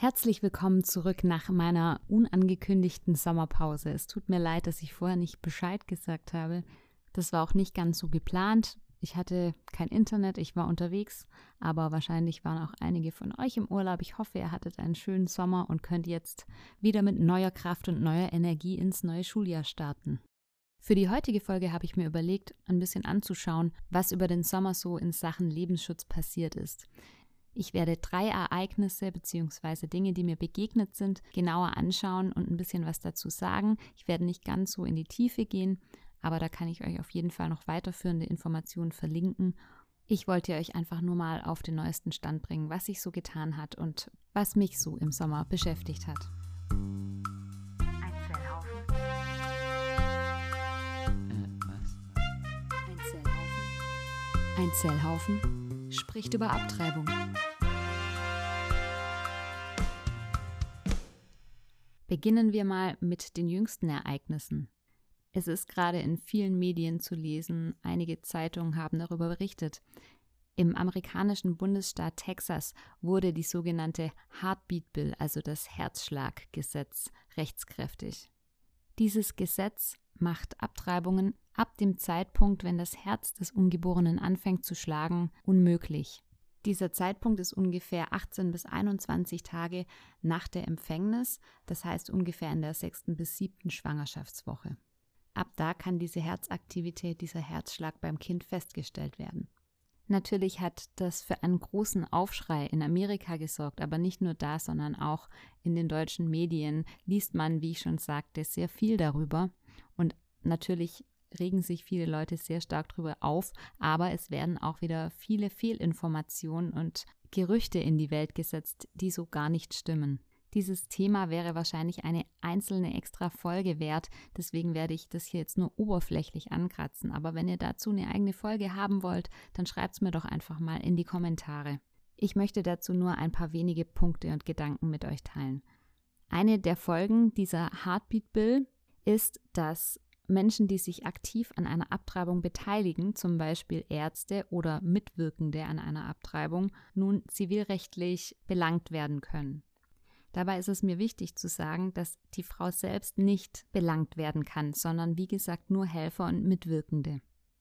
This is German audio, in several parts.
Herzlich willkommen zurück nach meiner unangekündigten Sommerpause. Es tut mir leid, dass ich vorher nicht Bescheid gesagt habe. Das war auch nicht ganz so geplant. Ich hatte kein Internet, ich war unterwegs, aber wahrscheinlich waren auch einige von euch im Urlaub. Ich hoffe, ihr hattet einen schönen Sommer und könnt jetzt wieder mit neuer Kraft und neuer Energie ins neue Schuljahr starten. Für die heutige Folge habe ich mir überlegt, ein bisschen anzuschauen, was über den Sommer so in Sachen Lebensschutz passiert ist. Ich werde 3 Ereignisse bzw. Dinge, die mir begegnet sind, genauer anschauen und ein bisschen was dazu sagen. Ich werde nicht ganz so in die Tiefe gehen, aber da kann ich euch auf jeden Fall noch weiterführende Informationen verlinken. Ich wollte euch einfach nur mal auf den neuesten Stand bringen, was sich so getan hat und was mich so im Sommer beschäftigt hat. Ein Zellhaufen. Was? Ein Zellhaufen. Ein Zellhaufen spricht über Abtreibung. Beginnen wir mal mit den jüngsten Ereignissen. Es ist gerade in vielen Medien zu lesen, einige Zeitungen haben darüber berichtet. Im amerikanischen Bundesstaat Texas wurde die sogenannte Heartbeat Bill, also das Herzschlaggesetz, rechtskräftig. Dieses Gesetz macht Abtreibungen ab dem Zeitpunkt, wenn das Herz des Ungeborenen anfängt zu schlagen, unmöglich. Dieser Zeitpunkt ist ungefähr 18 bis 21 Tage nach der Empfängnis, das heißt ungefähr in der 6. bis 7. Schwangerschaftswoche. Ab da kann diese Herzaktivität, dieser Herzschlag beim Kind festgestellt werden. Natürlich hat das für einen großen Aufschrei in Amerika gesorgt, aber nicht nur da, sondern auch in den deutschen Medien liest man, wie ich schon sagte, sehr viel darüber und natürlich regen sich viele Leute sehr stark darüber auf, aber es werden auch wieder viele Fehlinformationen und Gerüchte in die Welt gesetzt, die so gar nicht stimmen. Dieses Thema wäre wahrscheinlich eine einzelne extra Folge wert, deswegen werde ich das hier jetzt nur oberflächlich ankratzen, aber wenn ihr dazu eine eigene Folge haben wollt, dann schreibt es mir doch einfach mal in die Kommentare. Ich möchte dazu nur ein paar wenige Punkte und Gedanken mit euch teilen. Eine der Folgen dieser Heartbeat Bill ist, dass Menschen, die sich aktiv an einer Abtreibung beteiligen, zum Beispiel Ärzte oder Mitwirkende an einer Abtreibung, nun zivilrechtlich belangt werden können. Dabei ist es mir wichtig zu sagen, dass die Frau selbst nicht belangt werden kann, sondern wie gesagt nur Helfer und Mitwirkende.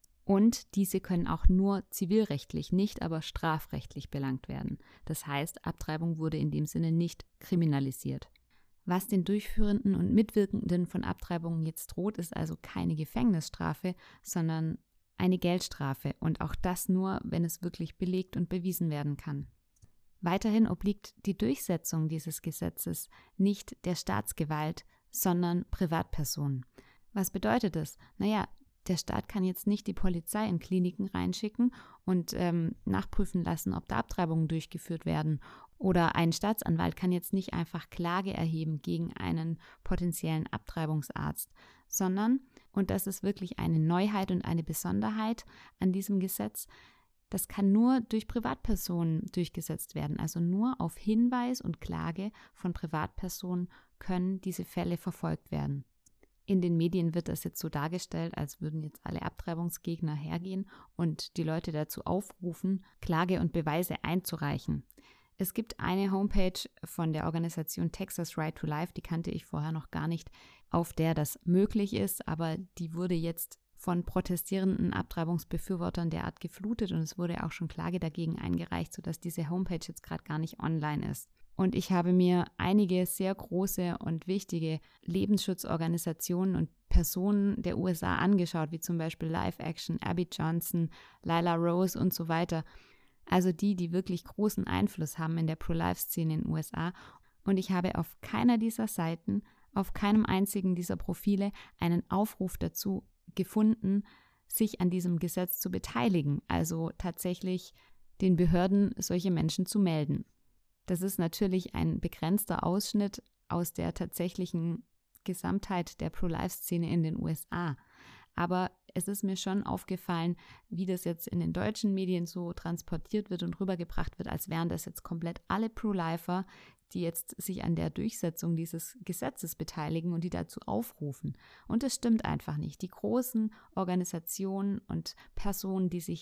Und diese können auch nur zivilrechtlich, nicht aber strafrechtlich belangt werden. Das heißt, Abtreibung wurde in dem Sinne nicht kriminalisiert. Was den Durchführenden und Mitwirkenden von Abtreibungen jetzt droht, ist also keine Gefängnisstrafe, sondern eine Geldstrafe und auch das nur, wenn es wirklich belegt und bewiesen werden kann. Weiterhin obliegt die Durchsetzung dieses Gesetzes nicht der Staatsgewalt, sondern Privatpersonen. Was bedeutet das? Naja, der Staat kann jetzt nicht die Polizei in Kliniken reinschicken und nachprüfen lassen, ob da Abtreibungen durchgeführt werden. Oder ein Staatsanwalt kann jetzt nicht einfach Klage erheben gegen einen potenziellen Abtreibungsarzt, sondern, und das ist wirklich eine Neuheit und eine Besonderheit an diesem Gesetz, das kann nur durch Privatpersonen durchgesetzt werden. Also nur auf Hinweis und Klage von Privatpersonen können diese Fälle verfolgt werden. In den Medien wird das jetzt so dargestellt, als würden jetzt alle Abtreibungsgegner hergehen und die Leute dazu aufrufen, Klage und Beweise einzureichen. Es gibt eine Homepage von der Organisation Texas Right to Life, die kannte ich vorher noch gar nicht, auf der das möglich ist, aber die wurde jetzt von protestierenden Abtreibungsbefürwortern derart geflutet und es wurde auch schon Klage dagegen eingereicht, sodass diese Homepage jetzt gerade gar nicht online ist. Und ich habe mir einige sehr große und wichtige Lebensschutzorganisationen und Personen der USA angeschaut, wie zum Beispiel Live Action, Abby Johnson, Lila Rose und so weiter. Also die wirklich großen Einfluss haben in der Pro-Life-Szene in den USA. Und ich habe auf keiner dieser Seiten, auf keinem einzigen dieser Profile einen Aufruf dazu gefunden, sich an diesem Gesetz zu beteiligen, also tatsächlich den Behörden solche Menschen zu melden. Das ist natürlich ein begrenzter Ausschnitt aus der tatsächlichen Gesamtheit der Pro-Life-Szene in den USA. Aber es ist mir schon aufgefallen, wie das jetzt in den deutschen Medien so transportiert wird und rübergebracht wird, als wären das jetzt komplett alle Pro-Lifer, die jetzt sich an der Durchsetzung dieses Gesetzes beteiligen und die dazu aufrufen. Und das stimmt einfach nicht. Die großen Organisationen und Personen, die sich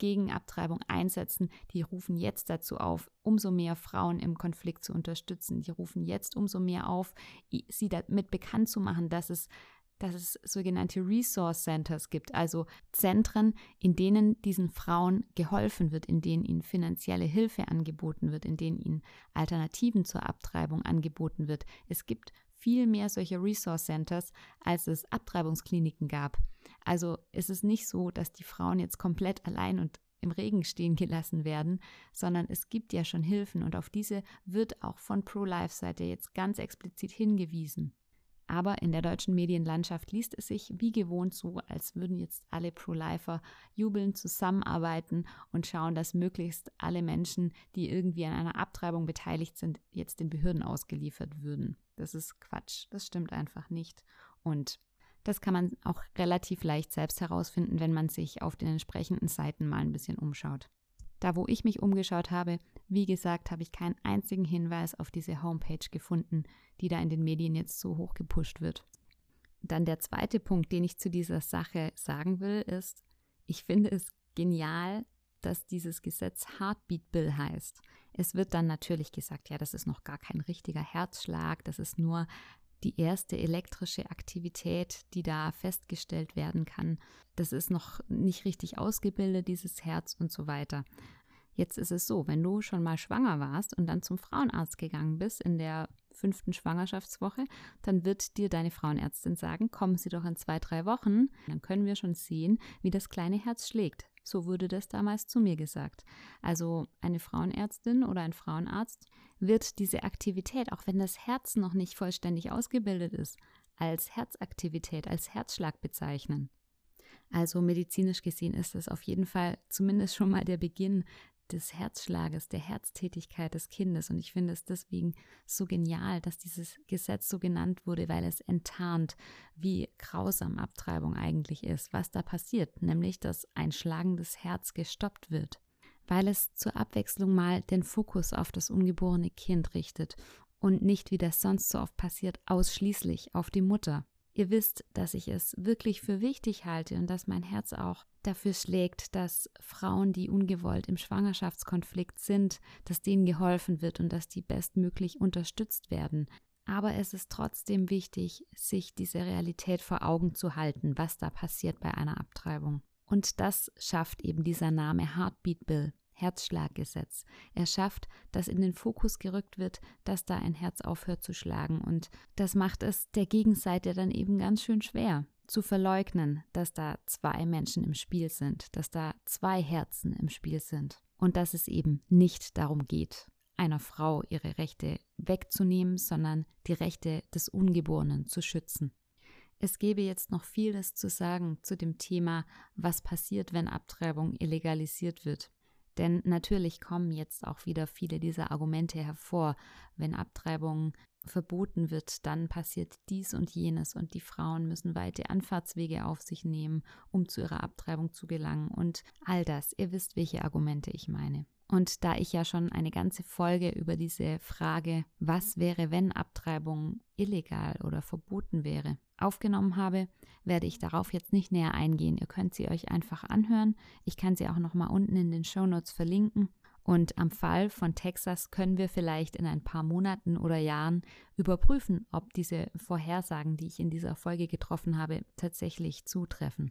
gegen Abtreibung einsetzen, die rufen jetzt dazu auf, umso mehr Frauen im Konflikt zu unterstützen. Die rufen jetzt umso mehr auf, sie damit bekannt zu machen, dass es sogenannte Resource Centers gibt, also Zentren, in denen diesen Frauen geholfen wird, in denen ihnen finanzielle Hilfe angeboten wird, in denen ihnen Alternativen zur Abtreibung angeboten wird. Es gibt viel mehr solche Resource Centers, als es Abtreibungskliniken gab. Also ist es nicht so, dass die Frauen jetzt komplett allein und im Regen stehen gelassen werden, sondern es gibt ja schon Hilfen und auf diese wird auch von Pro-Life-Seite jetzt ganz explizit hingewiesen. Aber in der deutschen Medienlandschaft liest es sich wie gewohnt so, als würden jetzt alle Pro-Lifer jubelnd zusammenarbeiten und schauen, dass möglichst alle Menschen, die irgendwie an einer Abtreibung beteiligt sind, jetzt den Behörden ausgeliefert würden. Das ist Quatsch, das stimmt einfach nicht. Und das kann man auch relativ leicht selbst herausfinden, wenn man sich auf den entsprechenden Seiten mal ein bisschen umschaut. Da, wo ich mich umgeschaut habe, wie gesagt, habe ich keinen einzigen Hinweis auf diese Homepage gefunden, die da in den Medien jetzt so hoch gepusht wird. Dann der zweite Punkt, den ich zu dieser Sache sagen will, ist, ich finde es genial, dass dieses Gesetz Heartbeat Bill heißt. Es wird dann natürlich gesagt, ja, das ist noch gar kein richtiger Herzschlag, das ist nur die erste elektrische Aktivität, die da festgestellt werden kann. Das ist noch nicht richtig ausgebildet, dieses Herz und so weiter. Jetzt ist es so, wenn du schon mal schwanger warst und dann zum Frauenarzt gegangen bist in der 5. Schwangerschaftswoche, dann wird dir deine Frauenärztin sagen, kommen Sie doch in 2-3 Wochen, dann können wir schon sehen, wie das kleine Herz schlägt. So wurde das damals zu mir gesagt. Also eine Frauenärztin oder ein Frauenarzt wird diese Aktivität, auch wenn das Herz noch nicht vollständig ausgebildet ist, als Herzaktivität, als Herzschlag bezeichnen. Also medizinisch gesehen ist das auf jeden Fall zumindest schon mal der Beginn des Herzschlages, der Herztätigkeit des Kindes. Und ich finde es deswegen so genial, dass dieses Gesetz so genannt wurde, weil es enttarnt, wie grausam Abtreibung eigentlich ist, was da passiert, nämlich dass ein schlagendes Herz gestoppt wird, weil es zur Abwechslung mal den Fokus auf das ungeborene Kind richtet und nicht, wie das sonst so oft passiert, ausschließlich auf die Mutter. Ihr wisst, dass ich es wirklich für wichtig halte und dass mein Herz auch dafür schlägt, dass Frauen, die ungewollt im Schwangerschaftskonflikt sind, dass denen geholfen wird und dass die bestmöglich unterstützt werden. Aber es ist trotzdem wichtig, sich diese Realität vor Augen zu halten, was da passiert bei einer Abtreibung. Und das schafft eben dieser Name Heartbeat Bill, Herzschlaggesetz. Er schafft, dass in den Fokus gerückt wird, dass da ein Herz aufhört zu schlagen. Und das macht es der Gegenseite dann eben ganz schön schwer, zu verleugnen, dass da 2 Menschen im Spiel sind, dass da 2 Herzen im Spiel sind. Und dass es eben nicht darum geht, einer Frau ihre Rechte wegzunehmen, sondern die Rechte des Ungeborenen zu schützen. Es gäbe jetzt noch vieles zu sagen zu dem Thema, was passiert, wenn Abtreibung illegalisiert wird. Denn natürlich kommen jetzt auch wieder viele dieser Argumente hervor. Wenn Abtreibung verboten wird, dann passiert dies und jenes und die Frauen müssen weite Anfahrtswege auf sich nehmen, um zu ihrer Abtreibung zu gelangen und all das. Ihr wisst, welche Argumente ich meine. Und da ich ja schon eine ganze Folge über diese Frage, was wäre, wenn Abtreibung illegal oder verboten wäre, aufgenommen habe, werde ich darauf jetzt nicht näher eingehen. Ihr könnt sie euch einfach anhören. Ich kann sie auch nochmal unten in den Shownotes verlinken. Und am Fall von Texas können wir vielleicht in ein paar Monaten oder Jahren überprüfen, ob diese Vorhersagen, die ich in dieser Folge getroffen habe, tatsächlich zutreffen.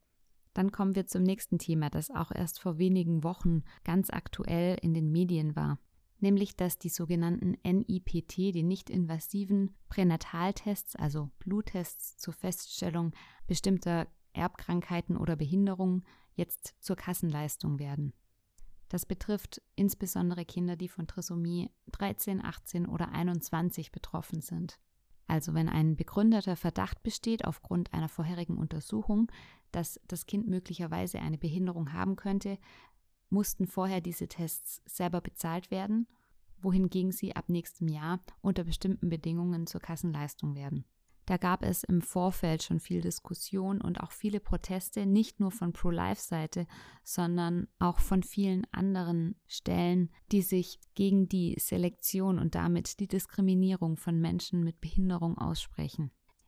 Dann kommen wir zum nächsten Thema, das auch erst vor wenigen Wochen ganz aktuell in den Medien war. Nämlich, dass die sogenannten NIPT, die nicht-invasiven Pränataltests, also Bluttests zur Feststellung bestimmter Erbkrankheiten oder Behinderungen, jetzt zur Kassenleistung werden. Das betrifft insbesondere Kinder, die von Trisomie 13, 18 oder 21 betroffen sind. Also wenn ein begründeter Verdacht besteht aufgrund einer vorherigen Untersuchung, dass das Kind möglicherweise eine Behinderung haben könnte, mussten vorher diese Tests selber bezahlt werden, wohingegen sie ab nächstem Jahr unter bestimmten Bedingungen zur Kassenleistung werden. Da gab es im Vorfeld schon viel Diskussion und auch viele Proteste, nicht nur von Pro-Life-Seite, sondern auch von vielen anderen Stellen, die sich gegen die Selektion und damit die Diskriminierung von Menschen mit Behinderung aussprechen.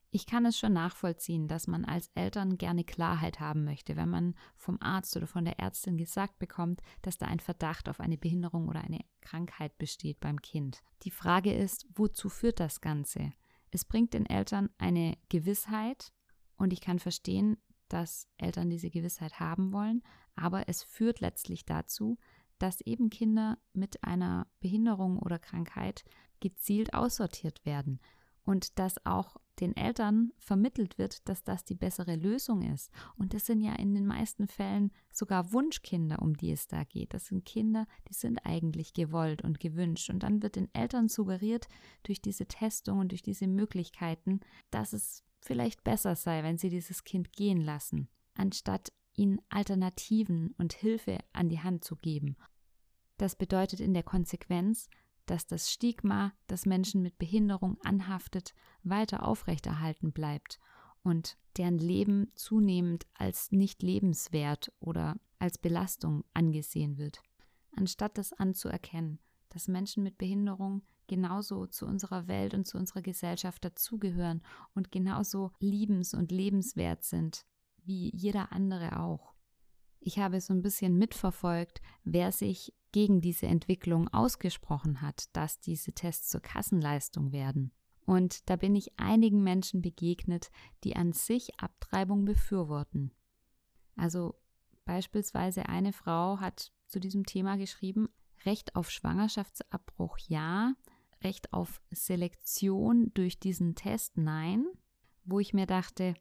Ich kann es schon nachvollziehen, dass man als Eltern gerne Klarheit haben möchte, wenn man vom Arzt oder von der Ärztin gesagt bekommt, dass da ein Verdacht auf eine Behinderung oder eine Krankheit besteht beim Kind. Die Frage ist, wozu führt das Ganze? Es bringt den Eltern eine Gewissheit und ich kann verstehen, dass Eltern diese Gewissheit haben wollen, aber es führt letztlich dazu, dass eben Kinder mit einer Behinderung oder Krankheit gezielt aussortiert werden. Und dass auch den Eltern vermittelt wird, dass das die bessere Lösung ist. Und das sind ja in den meisten Fällen sogar Wunschkinder, um die es da geht. Das sind Kinder, die sind eigentlich gewollt und gewünscht. Und dann wird den Eltern suggeriert, durch diese Testung und durch diese Möglichkeiten, dass es vielleicht besser sei, wenn sie dieses Kind gehen lassen, anstatt ihnen Alternativen und Hilfe an die Hand zu geben. Das bedeutet in der Konsequenz, dass das Stigma, das Menschen mit Behinderung anhaftet, weiter aufrechterhalten bleibt und deren Leben zunehmend als nicht lebenswert oder als Belastung angesehen wird. Anstatt das anzuerkennen, dass Menschen mit Behinderung genauso zu unserer Welt und zu unserer Gesellschaft dazugehören und genauso liebens- und lebenswert sind, wie jeder andere auch. Ich habe so ein bisschen mitverfolgt, wer sich gegen diese Entwicklung ausgesprochen hat, dass diese Tests zur Kassenleistung werden. Und da bin ich einigen Menschen begegnet, die an sich Abtreibung befürworten. Also beispielsweise eine Frau hat zu diesem Thema geschrieben, Recht auf Schwangerschaftsabbruch ja, Recht auf Selektion durch diesen Test nein, wo ich mir dachte,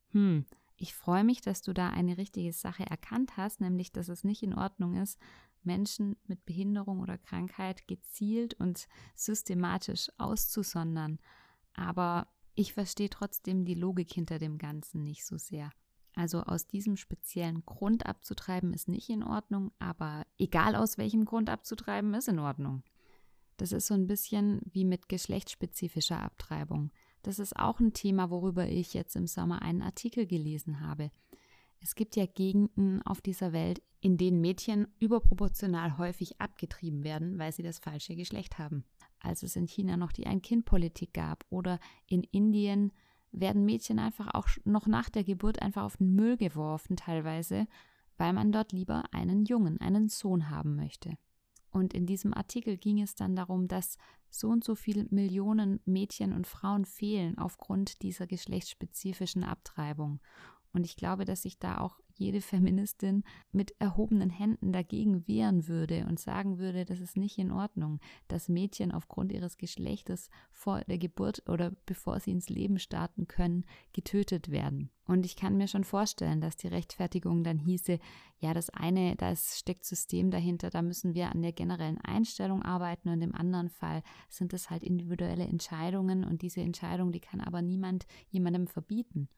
ich freue mich, dass du da eine richtige Sache erkannt hast, nämlich, dass es nicht in Ordnung ist, Menschen mit Behinderung oder Krankheit gezielt und systematisch auszusondern. Aber ich verstehe trotzdem die Logik hinter dem Ganzen nicht so sehr. Also aus diesem speziellen Grund abzutreiben ist nicht in Ordnung, aber egal aus welchem Grund abzutreiben ist in Ordnung. Das ist so ein bisschen wie mit geschlechtsspezifischer Abtreibung. Das ist auch ein Thema, worüber ich jetzt im Sommer einen Artikel gelesen habe. Es gibt ja Gegenden auf dieser Welt, in denen Mädchen überproportional häufig abgetrieben werden, weil sie das falsche Geschlecht haben. Als es in China noch die Ein-Kind-Politik gab oder in Indien werden Mädchen einfach auch noch nach der Geburt einfach auf den Müll geworfen teilweise, weil man dort lieber einen Jungen, einen Sohn haben möchte. Und in diesem Artikel ging es dann darum, dass so und so viele Millionen Mädchen und Frauen fehlen aufgrund dieser geschlechtsspezifischen Abtreibung. Und ich glaube, dass sich da auch jede Feministin mit erhobenen Händen dagegen wehren würde und sagen würde, das ist nicht in Ordnung, dass Mädchen aufgrund ihres Geschlechtes vor der Geburt oder bevor sie ins Leben starten können, getötet werden. Und ich kann mir schon vorstellen, dass die Rechtfertigung dann hieße, ja, das eine, da steckt System dahinter, da müssen wir an der generellen Einstellung arbeiten und im anderen Fall sind es halt individuelle Entscheidungen und diese Entscheidung, die kann aber niemand jemandem verbieten.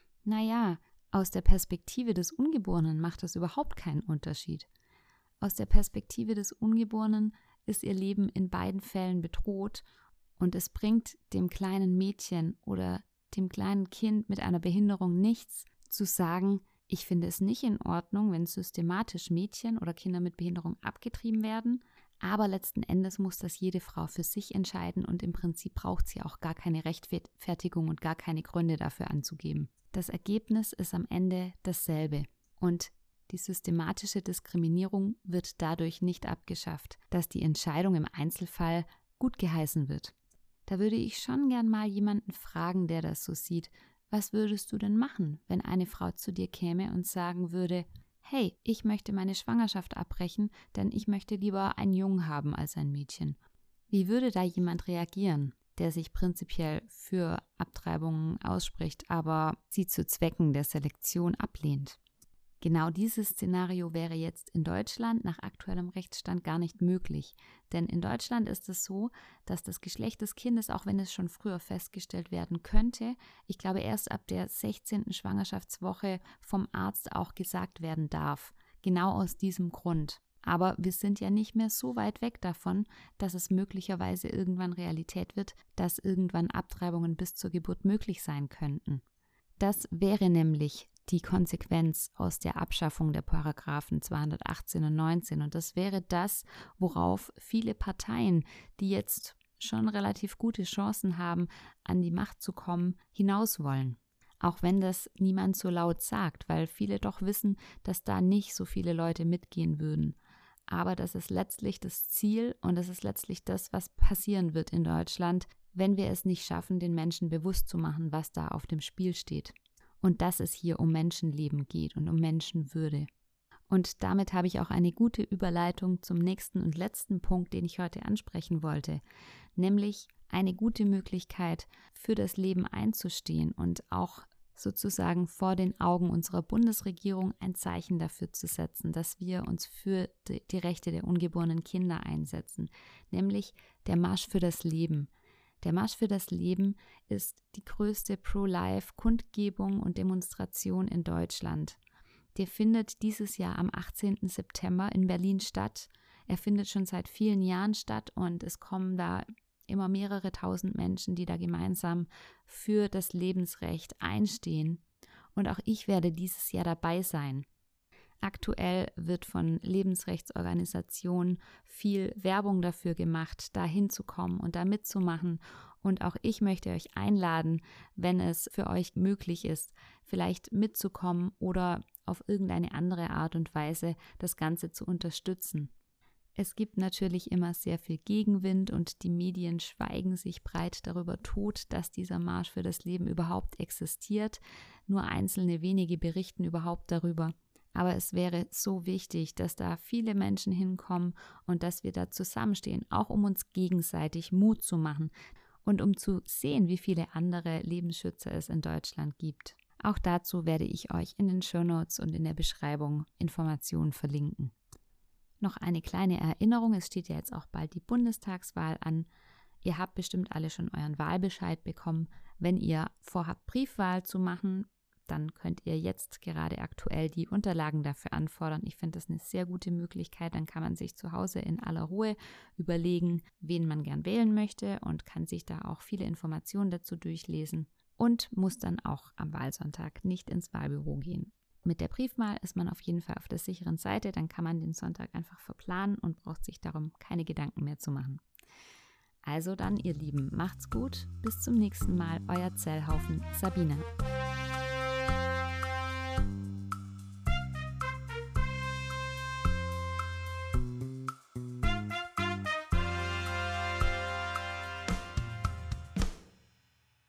Naja, aus der Perspektive des Ungeborenen macht das überhaupt keinen Unterschied. Aus der Perspektive des Ungeborenen ist ihr Leben in beiden Fällen bedroht und es bringt dem kleinen Mädchen oder dem kleinen Kind mit einer Behinderung nichts, zu sagen, ich finde es nicht in Ordnung, wenn systematisch Mädchen oder Kinder mit Behinderung abgetrieben werden, aber letzten Endes muss das jede Frau für sich entscheiden und im Prinzip braucht sie auch gar keine Rechtfertigung und gar keine Gründe dafür anzugeben. Das Ergebnis ist am Ende dasselbe und die systematische Diskriminierung wird dadurch nicht abgeschafft, dass die Entscheidung im Einzelfall gut geheißen wird. Da würde ich schon gern mal jemanden fragen, der das so sieht. Was würdest du denn machen, wenn eine Frau zu dir käme und sagen würde, hey, ich möchte meine Schwangerschaft abbrechen, denn ich möchte lieber einen Jungen haben als ein Mädchen? Wie würde da jemand reagieren, der sich prinzipiell für Abtreibungen ausspricht, aber sie zu Zwecken der Selektion ablehnt? Genau dieses Szenario wäre jetzt in Deutschland nach aktuellem Rechtsstand gar nicht möglich. Denn in Deutschland ist es so, dass das Geschlecht des Kindes, auch wenn es schon früher festgestellt werden könnte, ich glaube erst ab der 16. Schwangerschaftswoche vom Arzt auch gesagt werden darf. Genau aus diesem Grund. Aber wir sind ja nicht mehr so weit weg davon, dass es möglicherweise irgendwann Realität wird, dass irgendwann Abtreibungen bis zur Geburt möglich sein könnten. Das wäre nämlich die Konsequenz aus der Abschaffung der Paragraphen 218 und 19. Und das wäre das, worauf viele Parteien, die jetzt schon relativ gute Chancen haben, an die Macht zu kommen, hinaus wollen. Auch wenn das niemand so laut sagt, weil viele doch wissen, dass da nicht so viele Leute mitgehen würden. Aber das ist letztlich das Ziel und das ist letztlich das, was passieren wird in Deutschland, wenn wir es nicht schaffen, den Menschen bewusst zu machen, was da auf dem Spiel steht. Und dass es hier um Menschenleben geht und um Menschenwürde. Und damit habe ich auch eine gute Überleitung zum nächsten und letzten Punkt, den ich heute ansprechen wollte, nämlich eine gute Möglichkeit, für das Leben einzustehen und auch sozusagen vor den Augen unserer Bundesregierung ein Zeichen dafür zu setzen, dass wir uns für die Rechte der ungeborenen Kinder einsetzen, nämlich der Marsch für das Leben. Der Marsch für das Leben ist die größte Pro-Life-Kundgebung und Demonstration in Deutschland. Der findet dieses Jahr am 18. September in Berlin statt. Er findet schon seit vielen Jahren statt und es kommen da immer mehrere tausend Menschen, die da gemeinsam für das Lebensrecht einstehen. Und auch ich werde dieses Jahr dabei sein. Aktuell wird von Lebensrechtsorganisationen viel Werbung dafür gemacht, da hinzukommen und da mitzumachen. Und auch ich möchte euch einladen, wenn es für euch möglich ist, vielleicht mitzukommen oder auf irgendeine andere Art und Weise das Ganze zu unterstützen. Es gibt natürlich immer sehr viel Gegenwind und die Medien schweigen sich breit darüber tot, dass dieser Marsch für das Leben überhaupt existiert. Nur einzelne wenige berichten überhaupt darüber. Aber es wäre so wichtig, dass da viele Menschen hinkommen und dass wir da zusammenstehen, auch um uns gegenseitig Mut zu machen und um zu sehen, wie viele andere Lebensschützer es in Deutschland gibt. Auch dazu werde ich euch in den Shownotes und in der Beschreibung Informationen verlinken. Noch eine kleine Erinnerung, es steht ja jetzt auch bald die Bundestagswahl an. Ihr habt bestimmt alle schon euren Wahlbescheid bekommen. Wenn ihr vorhabt, Briefwahl zu machen, dann könnt ihr jetzt gerade aktuell die Unterlagen dafür anfordern. Ich finde das eine sehr gute Möglichkeit. Dann kann man sich zu Hause in aller Ruhe überlegen, wen man gern wählen möchte und kann sich da auch viele Informationen dazu durchlesen und muss dann auch am Wahlsonntag nicht ins Wahlbüro gehen. Mit der Briefwahl ist man auf jeden Fall auf der sicheren Seite, dann kann man den Sonntag einfach verplanen und braucht sich darum keine Gedanken mehr zu machen. Also dann, ihr Lieben, macht's gut, bis zum nächsten Mal, euer Zellhaufen Sabina.